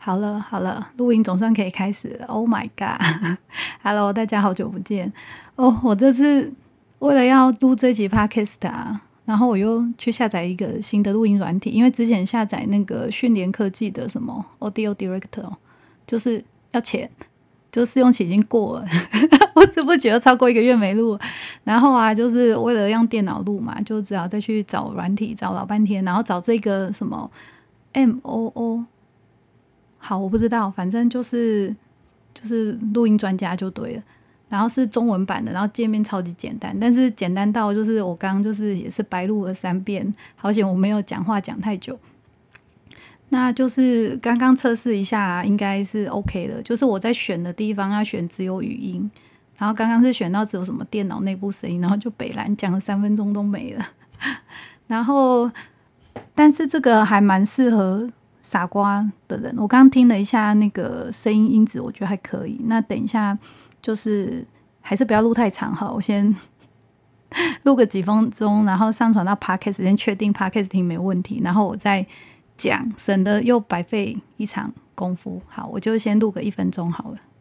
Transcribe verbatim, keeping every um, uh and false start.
好了好了，录音总算可以开始了。Oh my god Hello 大家好久不见哦。我这次为了要录这集 podcast 啊，然后我又去下载一个新的录音软体，因为之前下载那个讯联科技的什么 Audio Director 就是要钱，就试用期已经过了我只不觉得超过一个月没录，然后啊就是为了用电脑录嘛，就只好再去找软体找老半天，然后找这个什么 M O O， 好我不知道，反正就是就是录音专家就对了，然后是中文版的，然后界面超级简单，但是简单到就是我刚刚就是也是白录了三遍，好险我没有讲话讲太久。那就是刚刚测试一下应该是 OK 的，就是我在选的地方要选只有语音，然后刚刚是选到只有什么电脑内部声音，然后就北兰讲了三分钟都没了然后但是这个还蛮适合傻瓜的人，我刚刚听了一下那个声音音质我觉得还可以，那等一下就是还是不要录太长哈，我先录个几分钟，然后上传到 Podcast 先确定 Podcast 听没问题，然后我再讲，省得又白费一场功夫。好，我就先录个一分钟好了。